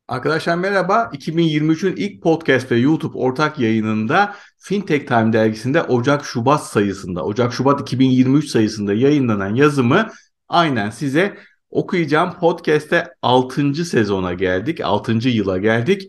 Arkadaşlar merhaba. 2023'ün ilk podcast ve YouTube ortak yayınında Fintech Time dergisinde Ocak-Şubat 2023 sayısında yayınlanan yazımı aynen size okuyacağım. Podcast'te 6. sezona geldik. 6. yıla geldik.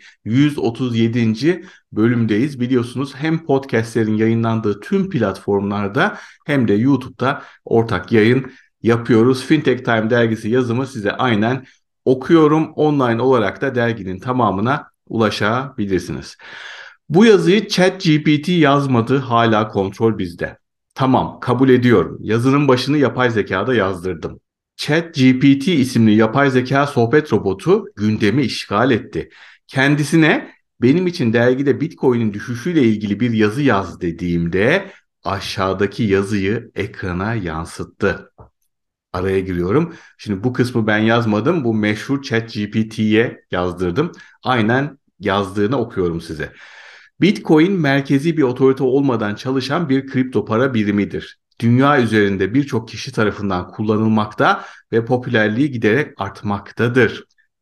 137. bölümdeyiz. Biliyorsunuz hem podcastlerin yayınlandığı tüm platformlarda hem de YouTube'da ortak yayın yapıyoruz. Fintech Time dergisi yazımı size aynen okuyorum. Online olarak da derginin tamamına ulaşabilirsiniz. Bu yazıyı ChatGPT yazmadı, hala kontrol bizde. Tamam, kabul ediyorum. Yazının başını yapay zekada yazdırdım. ChatGPT isimli yapay zeka sohbet robotu gündemi işgal etti. Kendisine benim için dergide Bitcoin'in düşüşüyle ilgili bir yazı yaz dediğimde aşağıdaki yazıyı ekrana yansıttı. Araya giriyorum. Şimdi bu kısmı ben yazmadım. Bu meşhur ChatGPT'ye yazdırdım. Aynen yazdığını okuyorum size. Bitcoin merkezi bir otorite olmadan çalışan bir kripto para birimidir. Dünya üzerinde birçok kişi tarafından kullanılmakta ve popülerliği giderek artmaktadır.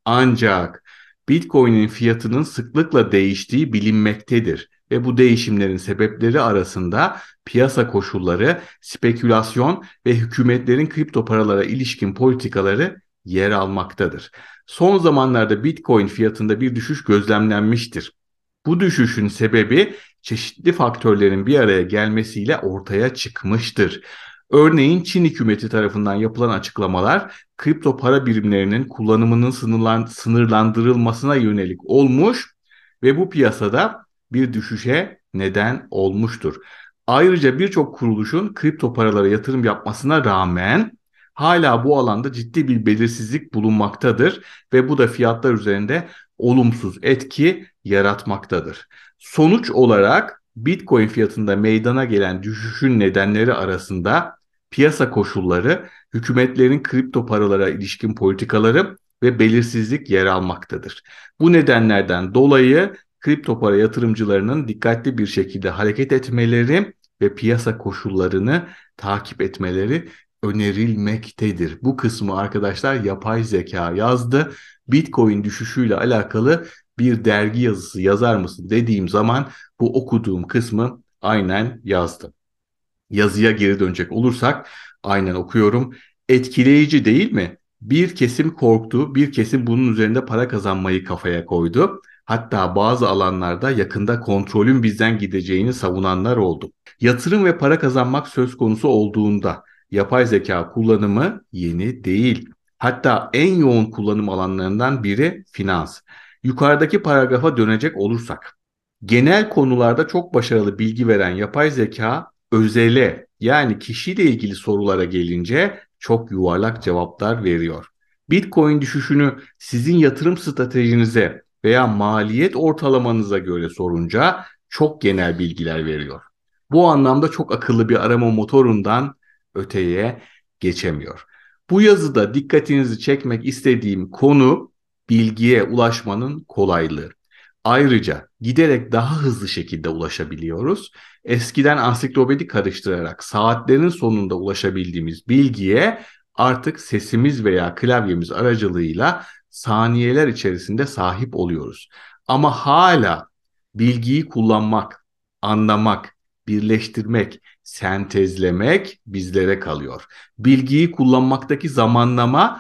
Ancak Bitcoin'in fiyatının sıklıkla değiştiği bilinmektedir ve bu değişimlerin sebepleri arasında piyasa koşulları, spekülasyon ve hükümetlerin kripto paralara ilişkin politikaları yer almaktadır. Son zamanlarda Bitcoin fiyatında bir düşüş gözlemlenmiştir. Bu düşüşün sebebi çeşitli faktörlerin bir araya gelmesiyle ortaya çıkmıştır. Örneğin Çin hükümeti tarafından yapılan açıklamalar kripto para birimlerinin kullanımının sınırlandırılmasına yönelik olmuş ve bu piyasada bir düşüşe neden olmuştur. Ayrıca birçok kuruluşun kripto paralara yatırım yapmasına rağmen hala bu alanda ciddi bir belirsizlik bulunmaktadır ve bu da fiyatlar üzerinde olumsuz etki yaratmaktadır. Sonuç olarak Bitcoin fiyatında meydana gelen düşüşün nedenleri arasında piyasa koşulları, hükümetlerin kripto paralara ilişkin politikaları ve belirsizlik yer almaktadır. Bu nedenlerden dolayı kripto para yatırımcılarının dikkatli bir şekilde hareket etmeleri ve piyasa koşullarını takip etmeleri önerilmektedir. Bu kısmı arkadaşlar yapay zeka yazdı. Bitcoin düşüşüyle alakalı bir dergi yazısı yazar mısın dediğim zaman bu okuduğum kısmı aynen yazdım. Yazıya geri dönecek olursak aynen okuyorum. Etkileyici değil mi? Bir kesim korktu, bir kesim bunun üzerinde para kazanmayı kafaya koydu. Hatta bazı alanlarda yakında kontrolün bizden gideceğini savunanlar oldu. Yatırım ve para kazanmak söz konusu olduğunda yapay zeka kullanımı yeni değil. Hatta en yoğun kullanım alanlarından biri finans. Yukarıdaki paragrafa dönecek olursak, genel konularda çok başarılı bilgi veren yapay zeka özele yani kişiyle ilgili sorulara gelince çok yuvarlak cevaplar veriyor. Bitcoin düşüşünü sizin yatırım stratejinize veya maliyet ortalamanıza göre sorunca çok genel bilgiler veriyor. Bu anlamda çok akıllı bir arama motorundan öteye geçemiyor. Bu yazıda dikkatinizi çekmek istediğim konu bilgiye ulaşmanın kolaylığı. Ayrıca giderek daha hızlı şekilde ulaşabiliyoruz. Eskiden ansiklopedi karıştırarak saatlerin sonunda ulaşabildiğimiz bilgiye artık sesimiz veya klavyemiz aracılığıyla saniyeler içerisinde sahip oluyoruz. Ama hala bilgiyi kullanmak, anlamak, birleştirmek, sentezlemek bizlere kalıyor. Bilgiyi kullanmaktaki zamanlama,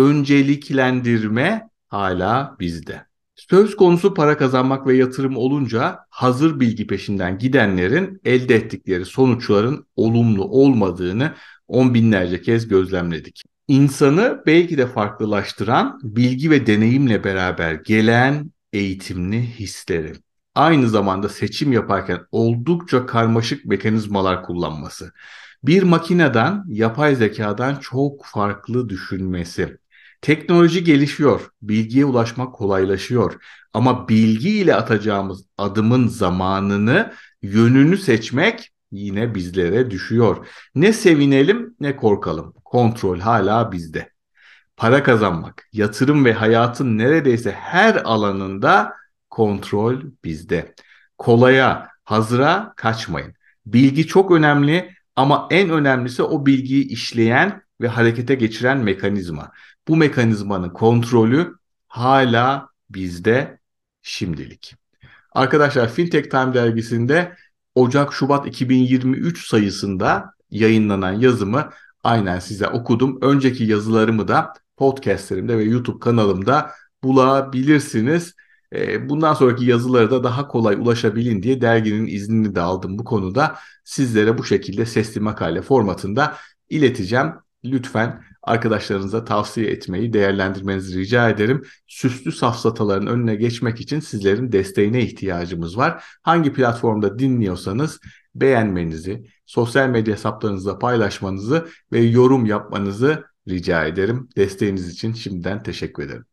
önceliklendirme hala bizde. Söz konusu para kazanmak ve yatırım olunca hazır bilgi peşinden gidenlerin elde ettikleri sonuçların olumlu olmadığını on binlerce kez gözlemledik. İnsanı belki de farklılaştıran bilgi ve deneyimle beraber gelen eğitimli hisleri. Aynı zamanda seçim yaparken oldukça karmaşık mekanizmalar kullanması. Bir makineden, yapay zekadan çok farklı düşünmesi. Teknoloji gelişiyor, bilgiye ulaşmak kolaylaşıyor. Ama bilgi ile atacağımız adımın zamanını, yönünü seçmek yine bizlere düşüyor. Ne sevinelim ne korkalım. Kontrol hala bizde. Para kazanmak, yatırım ve hayatın neredeyse her alanında kontrol bizde. Kolaya, hazıra kaçmayın. Bilgi çok önemli ama en önemlisi o bilgiyi işleyen ve harekete geçiren mekanizma. Bu mekanizmanın kontrolü hala bizde şimdilik. Arkadaşlar Fintech Time dergisinde Ocak-Şubat 2023 sayısında yayınlanan yazımı aynen size okudum. Önceki yazılarımı da podcastlerimde ve YouTube kanalımda bulabilirsiniz. Bundan sonraki yazıları da daha kolay ulaşabilin diye derginin iznini de aldım bu konuda. Sizlere bu şekilde sesli makale formatında ileteceğim. Lütfen arkadaşlarınıza tavsiye etmeyi, değerlendirmenizi rica ederim. Süslü safsataların önüne geçmek için sizlerin desteğine ihtiyacımız var. Hangi platformda dinliyorsanız beğenmenizi, sosyal medya hesaplarınızda paylaşmanızı ve yorum yapmanızı rica ederim. Desteğiniz için şimdiden teşekkür ederim.